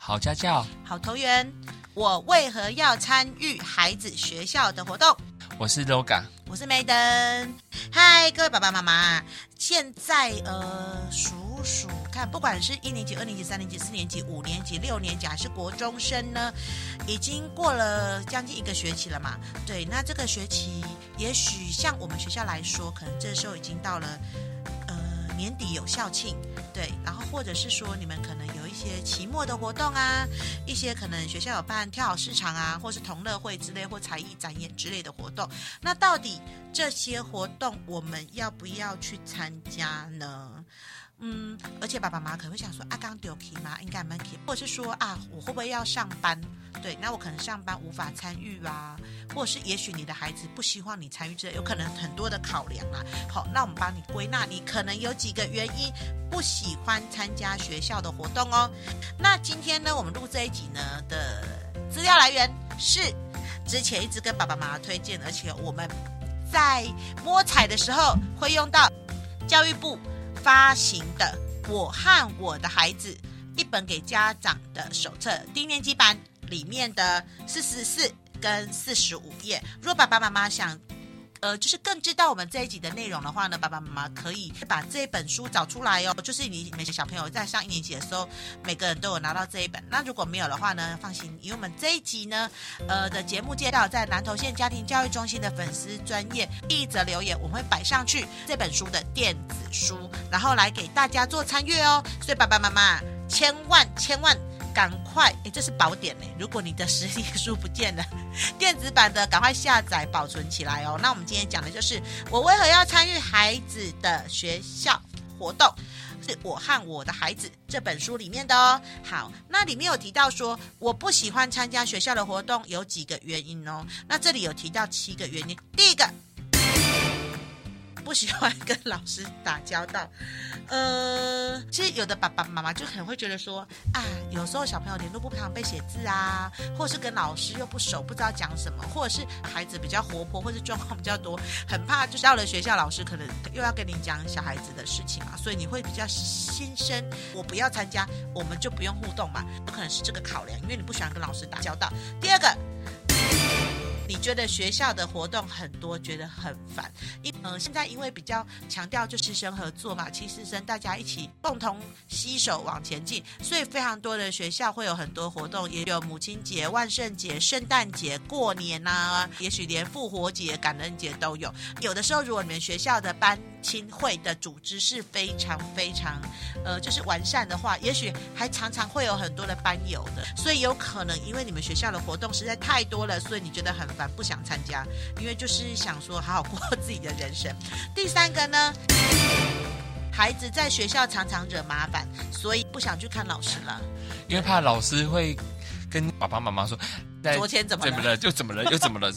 好家教， 好投缘。我为何要参与孩子学校的活动？ 我是 Loga， 我是梅登。嗨，各位爸爸妈妈，现在数看，不管是1年级、2年级、3年级、4年级、5年级、6年级还是国中生呢，已经过了将近1个学期了嘛。对，那这个学期也许像我们学校来说，可能这时候已经到了年底有校庆，对，然后或者是说你们可能有一些期末的活动啊，一些可能学校有办跳蚤市场啊，或是同乐会之类或才艺展演之类的活动。那到底这些活动我们要不要去参加呢？而且爸爸妈妈可能会想说啊，刚丢去吗？应该蛮去，或者是说啊，我会不会要上班？对，那我可能上班无法参与啊，或者是也许你的孩子不希望你参与这，有可能很多的考量啊。好，那我们帮你归纳，你可能有几个原因不喜欢参加学校的活动哦。那今天呢，我们录这一集呢的资料来源是之前一直跟爸爸妈妈推荐，而且我们在摸彩的时候会用到教育部发行的《我和我的孩子》一本给家长的手册，低年级版里面的44跟45页。如果爸爸妈妈想就是更知道我们这一集的内容的话呢，爸爸妈妈可以把这本书找出来哦。就是你每个小朋友在上1年级的时候，每个人都有拿到这一本。那如果没有的话呢，放心，因为我们这一集呢的节目介绍在南投县家庭教育中心的粉丝专页一则留言，我们会摆上去这本书的电子书，然后来给大家做参阅哦。所以爸爸妈妈千万赶快，这是宝典如果你的实体书不见了，电子版的赶快下载保存起来哦。那我们今天讲的就是我为何要参与孩子的学校活动，是我和我的孩子这本书里面的哦。好，那里面有提到说我不喜欢参加学校的活动有几个原因哦。那这里有提到7个原因。第一个，不喜欢跟老师打交道。其实有的爸爸妈妈就可能会觉得说啊，有时候小朋友联络不常背写字啊，或是跟老师又不熟，不知道讲什么，或者是孩子比较活泼，或是状况比较多，很怕就是到了学校老师可能又要跟你讲小孩子的事情嘛，所以你会比较心生我不要参加，我们就不用互动嘛，有可能是这个考量，因为你不喜欢跟老师打交道。第二个，你觉得学校的活动很多，觉得很烦。现在因为比较强调就师生合作嘛，其实生大家一起共同携手往前进，所以非常多的学校会有很多活动，也有母亲节、万圣节、圣诞节、过年啊，也许连复活节、感恩节都有。有的时候，如果你们学校的班亲会的组织是非常就是完善的话，也许还常常会有很多的班友的，所以有可能因为你们学校的活动实在太多了，所以你觉得很烦，不想参加，因为就是想说好好过自己的人生。第三个呢，孩子在学校常常惹麻烦，所以不想去看老师了， 因为怕老师会跟爸爸妈妈说昨天怎么了， 就怎么了，又怎么了。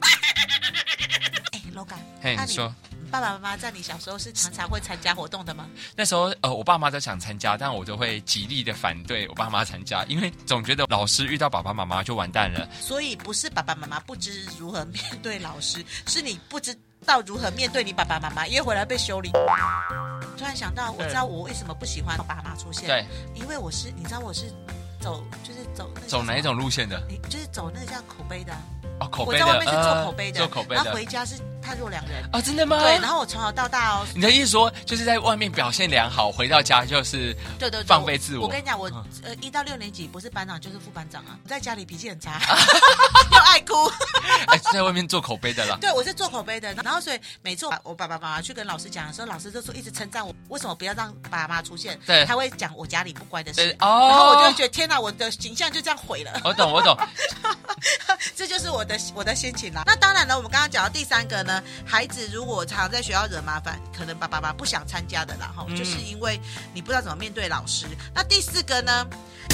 Loga， 你说爸爸妈妈在你小时候是常常会参加活动的吗？ 那时候我爸妈都想参加，但我就会极力的反对我爸妈参加，因为总觉得老师遇到爸爸妈妈就完蛋了。 所以不是爸爸妈妈不知如何面对老师，是你不知道如何面对你爸爸妈妈，因为回来被修理。突然想到，我知道我为什么不喜欢爸妈出现。 对， 因为你知道我是走哪一种路线的？ 就是走那个叫口碑的。 口碑的， 我在外面是做口碑的， 做口碑的， 然后回家是判若两人。 真的吗？ 对，然后我从小到大哦。 你的意思说，就是在外面表现良好，回到家就是对放飞自我。 我跟你讲，我1到6年级不是班长就是副班长啊，在家里脾气很差，又爱哭。 在外面做口碑的啦。 对，我是做口碑的，然后所以每次我爸爸妈妈去跟老师讲的时候，老师就说一直称赞我，为什么不要让爸妈出现？ 对， 他会讲我家里不乖的事，然后我就会觉得天哪，我的形象就这样毁了。 我懂。 这就是我的心情啦。那当然了，我们刚刚讲到第三个呢，孩子如果常在学校惹麻烦，可能爸爸妈妈不想参加的啦，就是因为你不知道怎么面对老师。那第四个呢，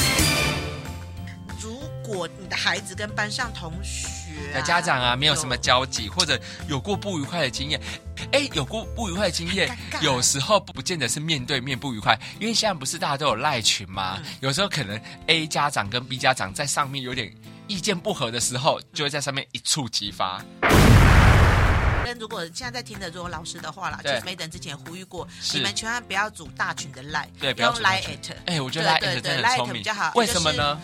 如果你的孩子跟班上同学的家长没有什么交集，或者有过不愉快的经验，有过不愉快的经验，有时候不见得是面对面不愉快，因为现在不是大家都有赖群吗？有时候可能 A 家长跟 B 家长在上面有点意见不合的时候，就会在上面一触即发。 如果现在在听的，如果老师的话啦，就是梅等之前呼吁过，你们千万不要组大群的赖， 对，不要用 Line@。 我觉得 Line@ 真的很聪明， 比较好。 为什么呢？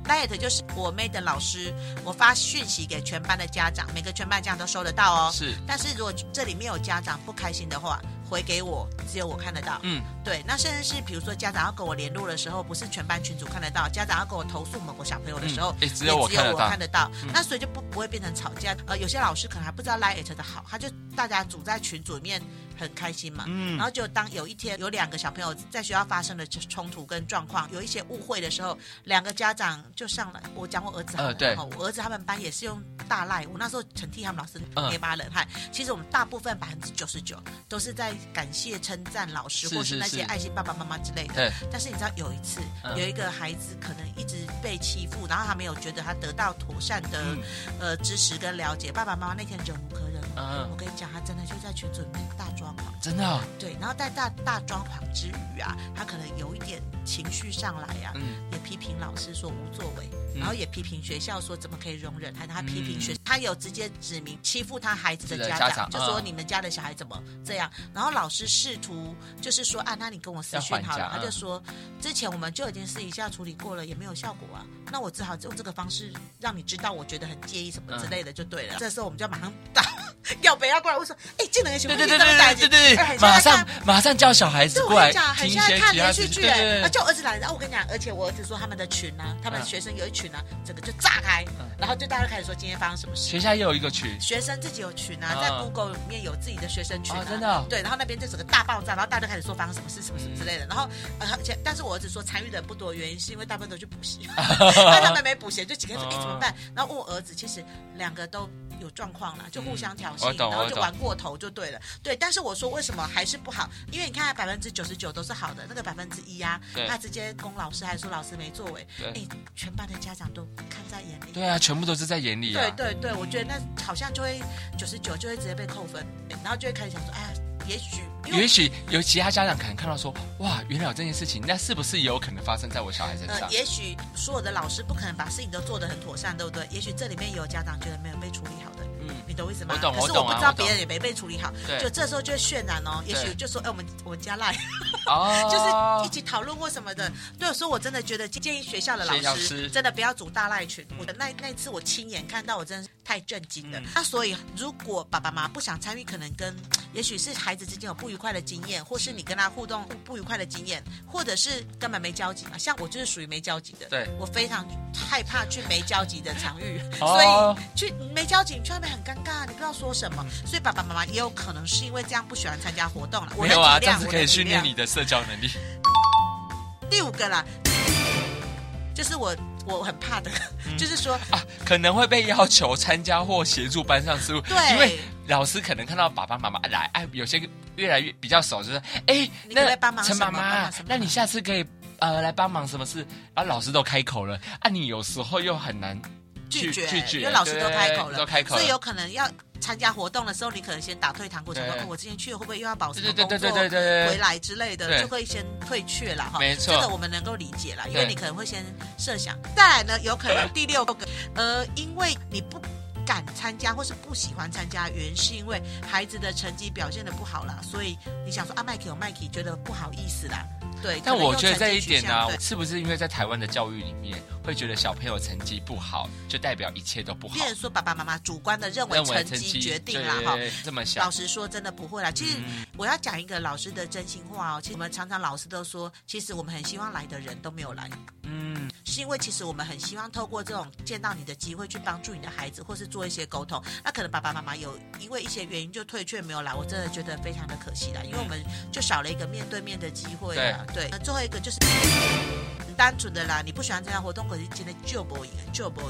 Lite 就是我妹的老师，我发讯息给全班的家长，每个全班家长都收得到哦。 是， 但是如果这里面有家长不开心的话，回给我，只有我看得到。对。那甚至是比如说家长要跟我联络的时候，不是全班群组看得到，家长要跟我投诉某个小朋友的时候， 只有我看得到。 那所以就不会变成吵架。有些老师可能还不知道 Lite 的好，他就大家组在群组里面很开心嘛。然后就当有一天有2个小朋友在学校发生了冲突跟状况，有一些误会的时候，2个家长就上来。我讲我儿子好了， 对， 我儿子他们班也是用大赖，我那时候很替他们老师捏把冷汗。其实我们大部分99%都是在感谢称赞老师，或是那些爱心爸爸妈妈之类的。但是你知道有一次，有一个孩子可能一直被欺负，然后他没有觉得他得到妥善的支持跟了解，爸爸妈妈那天忍无可忍。我跟你讲，他真的就在群组里面大抓狂， 真的哦。 对，然后在大抓狂之余啊，他可能有一点情绪上来啊，也批评老师说无作为，然后也批评学校说怎么可以容忍，他批评学校，他有直接指明欺负他孩子的家长，就说你们家的小孩怎么这样，然后老师试图就是说啊，那你跟我私讯好了，他就说之前我们就已经私底下处理过了，也没有效果啊，那我只好用这个方式让你知道我觉得很介意什么之类的就对了。这时候我们就马上打要不要过来，我说这两个小朋友对，马上叫小孩子过来听一些看连续剧，叫我儿子来，然后我跟你讲，而且我儿子说他们的群啊，他们学生有一群啊，整个就炸开，然后就大家开始说今天发生什么事。 学校也有一个群， 学生自己有群啊，在 Google 里面有自己的学生群啊， 真的对，然后那边就整个大爆炸，然后大家就开始说发生什么事什么之类的，然后但是我儿子说参与的不多，原因是因为大部分都去补习，他们没补习就几个人说怎么办，然后问我儿子，其实2个都有状况啦，就互相挑衅，然后就玩过头就对了，对。但是我说为什么还是不好？因为你看99%都是好的，那个1%啊，他直接攻老师，还说老师没作为，全班的家长都看在眼里。 对啊，全部都是在眼里啊。 对，我觉得那好像就会99就会直接被扣分，然后就会开始想说，哎呀。也许有其他家长可能看到说，哇，原来有这件事情，那是不是也有可能发生在我小孩身上？也许所有的老师不可能把事情都做得很妥善，对不对？也许这里面有家长觉得没有被处理好的，你懂我意思吗？ 我懂。 可是我不知道别人也没被处理好，就这时候就会渲染哦。也许就说，我们家赖，就是一起讨论或什么的。对，所以我真的觉得建议学校的老师真的不要组大赖群。我的那次我亲眼看到，我真的是太震惊了。那所以如果爸爸妈妈不想参与，可能也许是孩子之间有不愉快的经验，或是你跟他互动不愉快的经验，或者是根本没交集嘛。像我就是属于没交集的， 对， 我非常害怕去没交集的场域，所以去没交集，你去那边很尴尬，你不知道说什么。所以爸爸妈妈也有可能是因为这样不喜欢参加活动了。 没有啊，这样子可以训练你的社交能力。 第5个啦，就是我很怕的，就是说可能会被要求参加或协助班上事务， 对， 因为老师可能看到爸爸妈妈来，有些越来越比较熟，就是你可以帮忙陈妈妈，那你下次可以来帮忙什么事？然后老师都开口了，你有时候又很难拒绝，因为老师都开口了，所以有可能要参加活动的时候，你可能先打退堂鼓，说我之前去会不会又要保什么工作回来之类的，就会先退却了哈。 没错， 这个我们能够理解啦，因为你可能会先设想。再来呢，有可能第6个，因为你不敢参加或是不喜欢参加，原因是因为孩子的成绩表现得不好啦，所以你想说麦克有麦克觉得不好意思啦。对， 但我觉得这一点呢，是不是因为在台湾的教育里面，会觉得小朋友成绩不好，就代表一切都不好？变成说爸爸妈妈主观的认为成绩决定啦，哈， 这么想。 老实说，真的不会啦。其实我要讲一个老师的真心话哦。其实我们常常老师都说，其实我们很希望来的人都没有来。是因为其实我们很希望透过这种见到你的机会去帮助你的孩子，或是做一些沟通。那可能爸爸妈妈有因为一些原因就退却没有来，我真的觉得非常的可惜啦，因为我们就少了一个面对面的机会啦。对，最后一个就是很单纯的啦，你不喜欢参加活动，可是今天就不赢。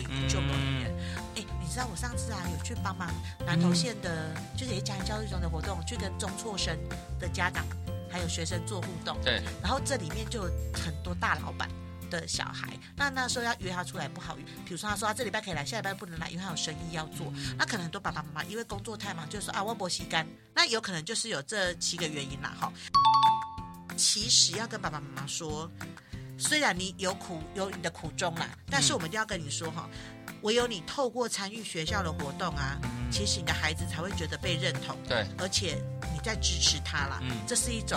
你知道我上次有去帮忙南投县的，就是也家庭教育中的活动，去跟中辍生的家长还有学生做互动。 对， 然后这里面就有很多大老板的小孩，那时候要约他出来不好约，比如说他说他这礼拜可以来，下礼拜不能来，因为他有生意要做。那可能很多爸爸妈妈因为工作太忙，就说我没时间，那有可能就是有这7个原因啦。其实要跟爸爸妈妈说，虽然你有你的苦衷啦，但是我们一定要跟你说唯有你透过参与学校的活动其实你的孩子才会觉得被认同， 对， 而且你在支持他啦，这是一种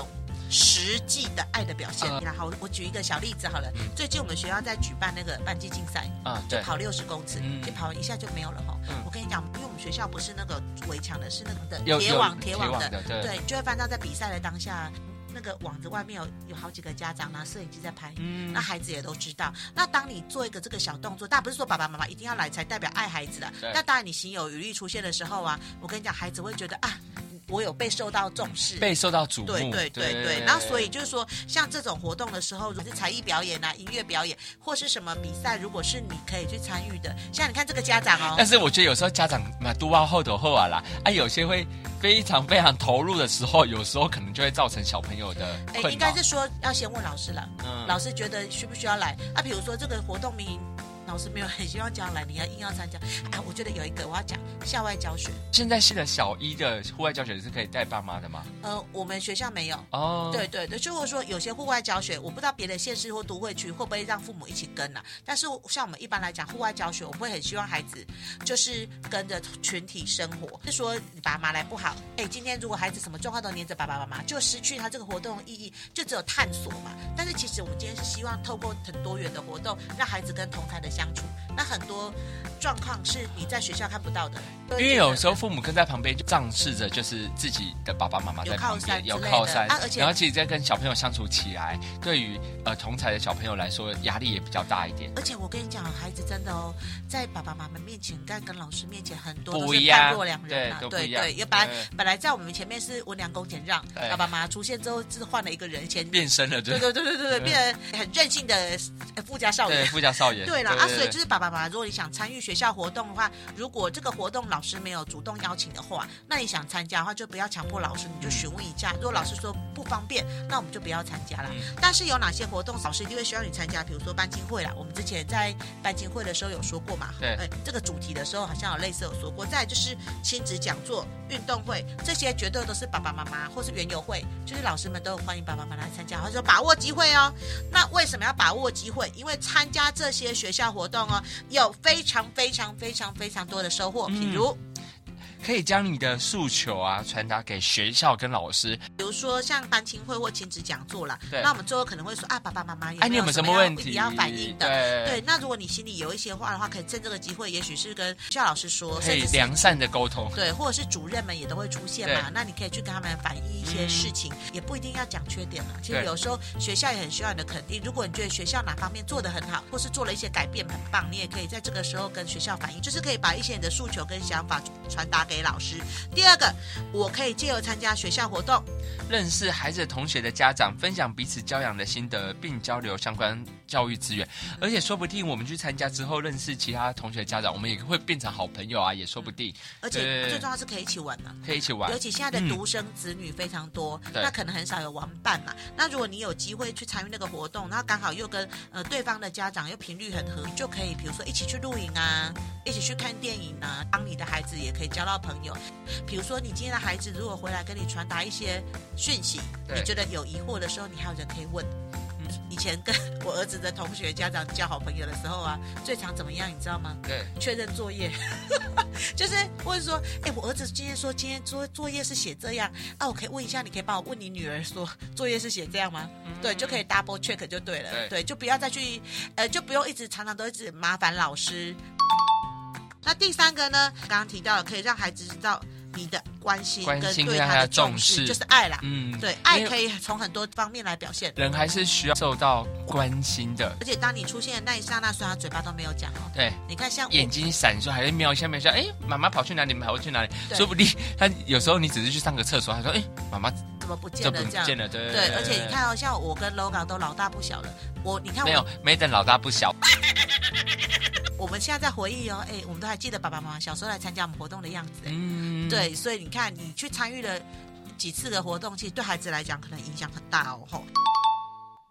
实际的爱的表现。好，我举一个小例子好了。最近我们学校在举办那个班级竞赛，就跑60公尺，就跑一下就没有了哈。我跟你讲，因为我们学校不是那个围墙的，是那个的铁网的，对，就会翻到在比赛的当下。那个网子外面有好几个家长拿摄影机在拍，那孩子也都知道。那当你做一个这个小动作，当然不是说爸爸妈妈一定要来才代表爱孩子的，那当然你行有余力出现的时候啊，我跟你讲，孩子会觉得啊，我有被受到重视， 被受到瞩目， 对。然后所以就是说，像这种活动的时候，如果是才艺表演啊、音乐表演，或是什么比赛，如果是你可以去参与的，像你看这个家长哦。 但是我觉得有时候家长嘛，都要后头后啊啦，有些会非常非常投入的时候，有时候可能就会造成小朋友的困扰。 应该是说要先问老师了，老师觉得需不需要来啊？比如说这个活动名。老师没有很希望家长来，你硬要参加。我觉得有一个我要讲校外教学。 现在是的小一的户外教学是可以带爸妈的吗？ 我们学校没有。 对， 就是说有些户外教学，我不知道别的县市或都会区会不会让父母一起跟啊。但是像我们一般来讲，户外教学我会很希望孩子就是跟着群体生活。是说你爸妈来不好，今天如果孩子什么状况都黏着爸爸妈妈，就失去他这个活动的意义，就只有探索嘛。但是其实我们今天是希望透过很多元的活动，让孩子跟同台的相处。那很多状况是你在学校看不到的， 因为有时候父母跟在旁边就仗势着就是自己的爸爸妈妈在旁边有靠山，而且然后其实在跟小朋友相处起来，对于同才的小朋友来说压力也比较大一点。 而且我跟你讲，孩子真的在爸爸妈妈面前跟老师面前很多都是判若两人啊，对，也本来在我们前面是温良恭俭让，爸爸妈妈出现之后是换了一个人， 变身了，对， 变成很任性的富家少爷，对了所以就是爸爸妈妈，如果你想参与学校活动的话，如果这个活动老师没有主动邀请的话，那你想参加的话，就不要强迫老师，你就询问一下。如果老师说不方便，那我们就不要参加了。但是有哪些活动老师一定会需要你参加？比如说班亲会啦，我们之前在班亲会的时候有说过嘛，这个主题的时候好像有类似有说过。再来就是亲子讲座、运动会，这些绝对都是爸爸妈妈或是园游会，就是老师们都欢迎爸爸妈妈来参加，或者说把握机会哦。那为什么要把握机会？因为参加这些学校活动哦，有非常多的收获，比如可以将你的诉求传达给学校跟老师， 比如说像班亲会或亲子讲座啦，那我们最后可能会说爸爸妈妈你有没有什么问题要反映的？对，那如果你心里有一些话的话，可以趁这个机会，也许是跟学校老师说， 可以良善的沟通， 对，或者是主任们也都会出现嘛，那你可以去跟他们反映一些事情，也不一定要讲缺点了。其实有时候学校也很需要你的肯定，如果你觉得学校哪方面做得很好，或是做了一些改变很棒，你也可以在这个时候跟学校反映，就是可以把一些你的诉求跟想法传达给老师。第二个，我可以借由参加学校活动， 认识孩子同学的家长，分享彼此教养的心得，并交流相关教育资源。而且说不定我们去参加之后，认识其他同学家长，我们也会变成好朋友也说不定。 而且最重要是可以一起玩嘛， 可以一起玩。 尤其现在的独生子女非常多，那可能很少有玩伴嘛。那如果你有机会去参与那个活动，然后刚好又跟对方的家长又频率很合，就可以比如说一起去露营一起去看电影当你的孩子也可以交到朋友。比如说你今天的孩子如果回来跟你传达一些讯息，你觉得有疑惑的时候，你还有人可以问。以前跟我儿子的同学家长交好朋友的时候最常怎么样你知道吗？ 对， 确认作业就是或者说我儿子今天作业是写这样我可以问一下，你可以帮我问你女儿说作业是写这样吗？对，就可以 double check 就对了。对，就不要再去就不用常常都一直麻烦老师。那第三个呢，刚刚提到了可以让孩子知道你的关心跟对他的重视，就是爱啦。对，爱可以从很多方面来表现。 人还是需要受到关心的， 而且当你出现的那一刹那，虽然他嘴巴都没有讲对， 你看像眼睛闪烁，还是瞄一下，妈妈跑去哪里？跑去哪里？说不定他有时候你只是去上个厕所，他说妈妈怎么不见了？这样对，而且你看像我跟 Loga 都老大不小了，你看没等老大不小。 我们现在在回忆我们都还记得爸爸妈妈小时候来参加我们活动的样子对，所以你看你去参与了几次的活动，其实对孩子来讲可能影响很大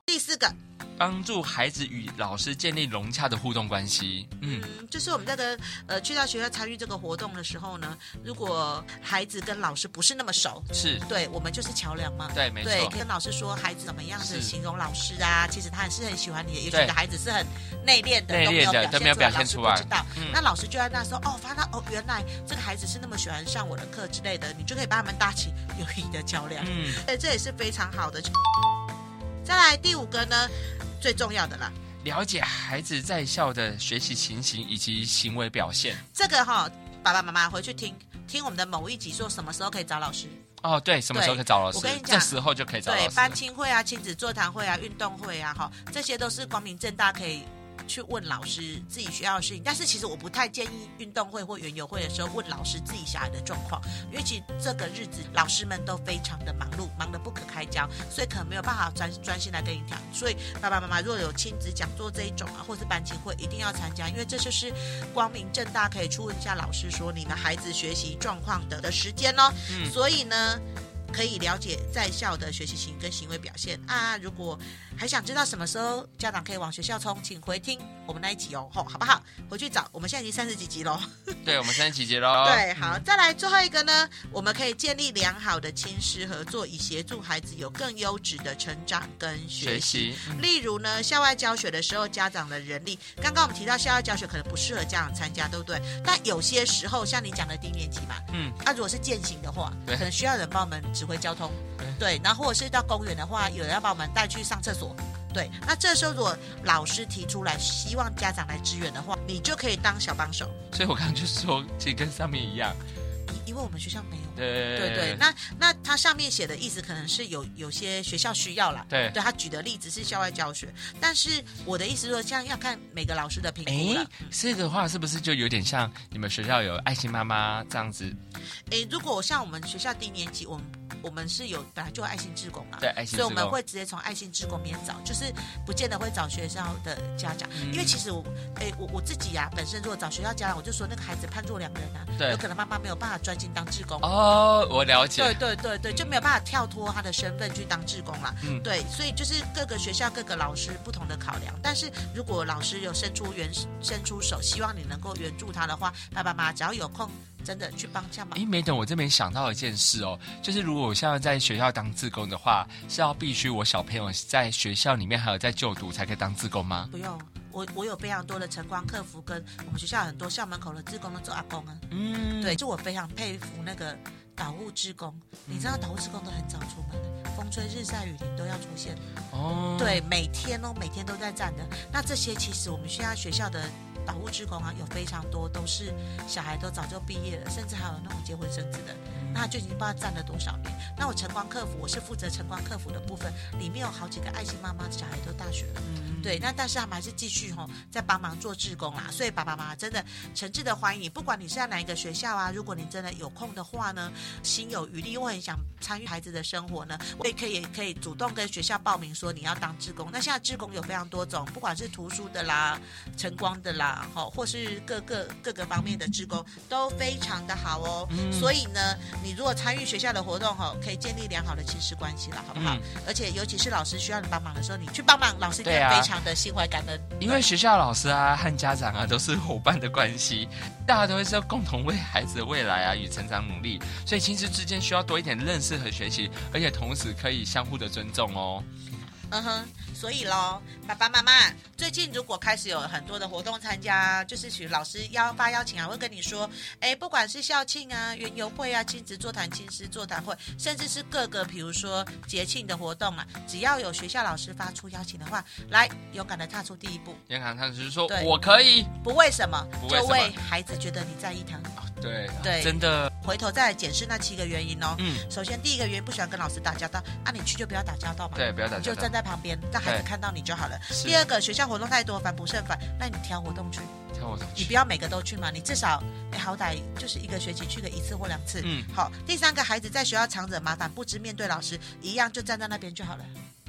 第4个， 帮助孩子与老师建立融洽的互动关系。 就是我们这个去到学校参与这个活动的时候呢，如果孩子跟老师不是那么熟， 是对我们就是桥梁嘛。 对，没错。 对，跟老师说孩子怎么样的形容老师啊，其实他还是很喜欢你的。也许你的孩子是很内敛的，都没有表现出来，老师不知道。那老师就在那时候发现原来这个孩子是那么喜欢上我的课之类的，你就可以帮他们搭起友谊的桥梁。对，这也是非常好的。再来第5个呢，最重要的啦， 了解孩子在校的学习情形以及行为表现。 这个爸爸妈妈回去听我们的某一集，说什么时候可以找老师。 对，什么时候可以找老师？ 我跟你讲， 这时候就可以找老师。 对，班亲会啊、亲子座谈会啊、运动会啊，这些都是光明正大可以去问老师自己学校的事情。但是其实我不太建议运动会或园游会的时候问老师自己小孩的状况，因为其实这个日子老师们都非常的忙碌，忙得不可开交，所以可能没有办法专心来跟你讲。所以爸爸妈妈如果有亲子讲座这一种或是班亲会，一定要参加，因为这就是光明正大可以去问一下老师说你们孩子学习状况的时间哦。所以呢，可以了解在校的学习型跟行为表现啊。如果还想知道什么时候家长可以往学校冲，请回听我们那一集好不好？回去找，我们现在已经30几集咯。 对，我们30几集咯。 对，好，再来最后一个呢，我们可以建立良好的亲师合作，以协助孩子有更优质的成长跟学习。例如呢，校外教学的时候，家长的人力，刚刚我们提到校外教学可能不适合家长参加，对不对？但有些时候，像你讲的低年级嘛，如果是健行的话，可能需要有人帮我们指挥交通，对，然后或者是到公园的话，有人要把我们带去上厕所。对，那这时候如果老师提出来希望家长来支援的话，你就可以当小帮手。 所以我刚刚就说其实跟上面一样， 因为我们学校没有。 对， 那他上面写的意思可能是有些学校需要啦。对，他举的例子是校外教学，但是我的意思说，这样要看每个老师的评估了。 这个话是不是就有点像你们学校有爱心妈妈这样子？ 如果像我们学校低年级，我们是有本来就有爱心志工啦， 对，爱心志工， 所以我们会直接从爱心志工面找，就是不见得会找学校的家长，因为其实我自己本身如果找学校家长，我就说那个孩子判若两人有可能妈妈没有办法专心当志工。 我了解。 对，就没有办法跳脱他的身份去当志工啦。对，所以就是各个学校各个老师不同的考量，但是如果老师有伸出手，希望你能够援助他的话，爸爸妈妈只要有空，真的去帮下忙。 没等我这边想到一件事就是如果我现在在学校当志工的话，是要必须我小朋友在学校里面还有在就读才可以当志工吗？ 不用，我有非常多的晨光客服，跟我们学校很多校门口的志工都做阿公啊。对，就我非常佩服那个导护志工，你知道导护志工都很早出门，风吹日晒雨淋都要出现。对，每天都在站的。那这些其实我们学校的导护志工有非常多都是小孩都早就毕业了，甚至还有那种结婚生子的，那就已经不知道站了多少年。那我晨光客服，我是负责晨光客服的部分，里面有好几个爱心妈妈小孩都大学了。对，那但是他们还是继续在帮忙做志工啦。所以爸爸妈妈真的诚挚的欢迎你，不管你是在哪一个学校如果你真的有空的话呢，心有余力又很想参与孩子的生活呢，我也可以主动跟学校报名说你要当志工。那现在志工有非常多种，不管是图书的啦、晨光的啦，或是各个方面的志工都非常的好哦。所以呢，你如果参与学校的活动可以建立良好的亲师关系了，好不好？而且尤其是老师需要你帮忙的时候，你去帮忙，老师一定非常的心怀感恩。 因为学校老师和家长都是伙伴的关系，大家都会是要共同为孩子的未来与成长努力，所以亲师之间需要多一点认识和学习，而且同时可以相互的尊重哦。 所以咯，爸爸妈妈最近如果开始有很多的活动参加，就是许老师发邀请会跟你说，不管是校庆园游会亲子座谈、亲师座谈会，甚至是各个比如说节庆的活动只要有学校老师发出邀请的话，来勇敢的踏出第一步。 勇敢的踏出就是说我可以， 不为什么，就为孩子觉得你在意他。 对，真的。 回头再来检视那7个原因首先第一个原因不喜欢跟老师打交道你去就不要打交道嘛。 对，不要打交道， 你就站在旁边让孩子看到你就好了。第二个，学校活动太多，烦不胜烦，那你挑活动去，你不要每个都去嘛，你至少好歹就是一个学期去个1次或2次。好，第三个，孩子在学校常惹麻烦不知面对老师，一样就站在那边就好了。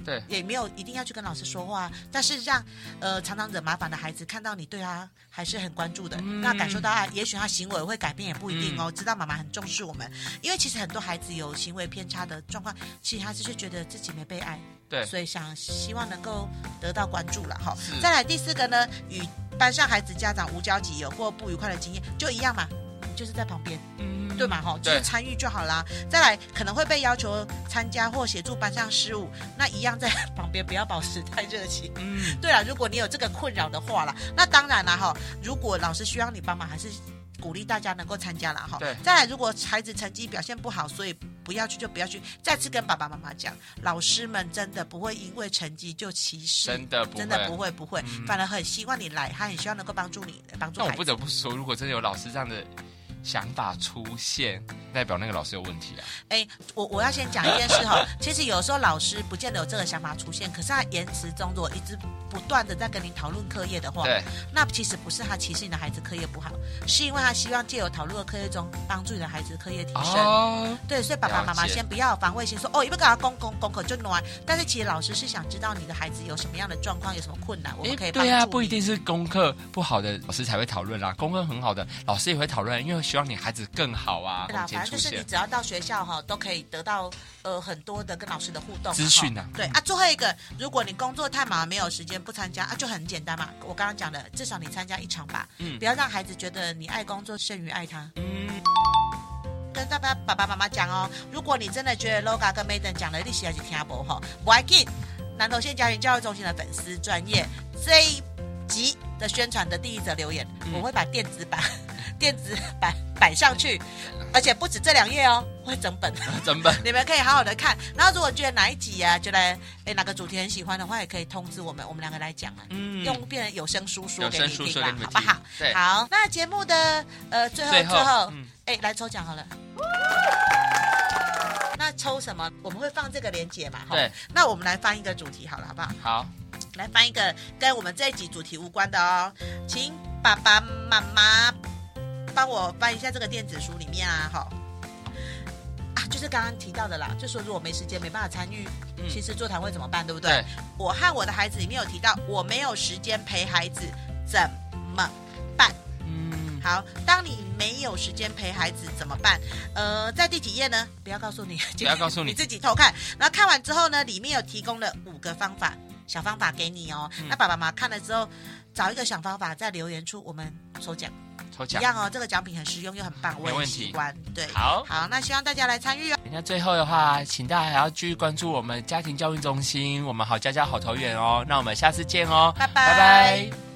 对， 也没有一定要去跟老师说话，但是让常常惹麻烦的孩子看到你对他还是很关注的，那感受到啊，也许他行为会改变也不一定哦，知道妈妈很重视我们，因为其实很多孩子有行为偏差的状况，其实他是觉得自己没被爱， 对， 所以希望能够得到关注了哈。再来第4个呢，与班上孩子家长无交集，有过不愉快的经验，就一样嘛，你就是在旁边，对嘛哈，就是参与就好啦。再来可能会被要求参加或协助班上事务，那一样在旁边，不要保持太热情。对啦，如果你有这个困扰的话啦，那当然啦哈，如果老师需要你帮忙，还是鼓励大家能够参加啦哈。再来，如果孩子成绩表现不好，所以不要去就不要去。再次跟爸爸妈妈讲，老师们真的不会因为成绩就歧视，真的不会，反而很希望你来，他很希望能够帮助你，帮助孩子。 那我不得不说，如果真的有老师这样的想法出现，代表那个老师有问题啊。 我要先讲一件事哈，其实有时候老师不见得有这个想法出现，可是他言辞中如果一直不断的在跟你讨论课业的话， 对， 那其实不是他歧视你的孩子课业不好，是因为他希望借由讨论的课业中帮助你的孩子课业提升。对，所以爸爸妈妈先不要防卫心说哦，因为给他功课就弄完，但是其实老师是想知道你的孩子有什么样的状况，有什么困难，我们可以帮助你。 对啊，不一定是功课不好的老师才会讨论啦，功课很好的老师也会讨论，因为希望你孩子更好啊。 对啦，反正就是你只要到学校哈，都可以得到很多的跟老师的互动资讯啊。 对啊，最后一个，如果你工作太忙没有时间不参加啊，就很简单嘛。我刚刚讲的，至少你参加1场吧，不要让孩子觉得你爱工作胜于爱他。跟爸爸妈妈讲哦，如果你真的觉得 Loga 跟 Maiden 讲的你实在是听不好，不要紧，南投县家庭教育中心的粉丝专页这一集的宣传的第1则留言，我会把电子版摆上去，而且不止这2页哦，会整本，你们可以好好的看。然后如果觉得哪一集啊，觉得哪个主题很喜欢的话，也可以通知我们2个来讲啊，用变成有声书说给你听啦，好不好？好，那节目的最后，来抽奖好了。那抽什么？我们会放这个连结嘛？ 对。 那我们来翻一个主题好了，好不好？ 好。 来翻一个跟我们这一集主题无关的哦，请爸爸妈妈帮我翻一下这个电子书里面啊，就是刚刚提到的啦，就说如果没时间没办法参与，其实座谈会怎么办，对不对？我和我的孩子里面有提到，我没有时间陪孩子怎么办？好，当你没有时间陪孩子怎么办？在第几页呢？不要告诉你，你自己偷看。然后看完之后呢，里面有提供了5个小方法给你哦。那爸爸妈妈看了之后，找一个小方法在留言处我们抽奖一样哦。这个奖品很实用又很棒，我也喜欢。对，好，那希望大家来参与哦。 那最后的话，请大家还要继续关注我们家庭教育中心，我们好家家好投缘哦。那我们下次见哦， 拜拜。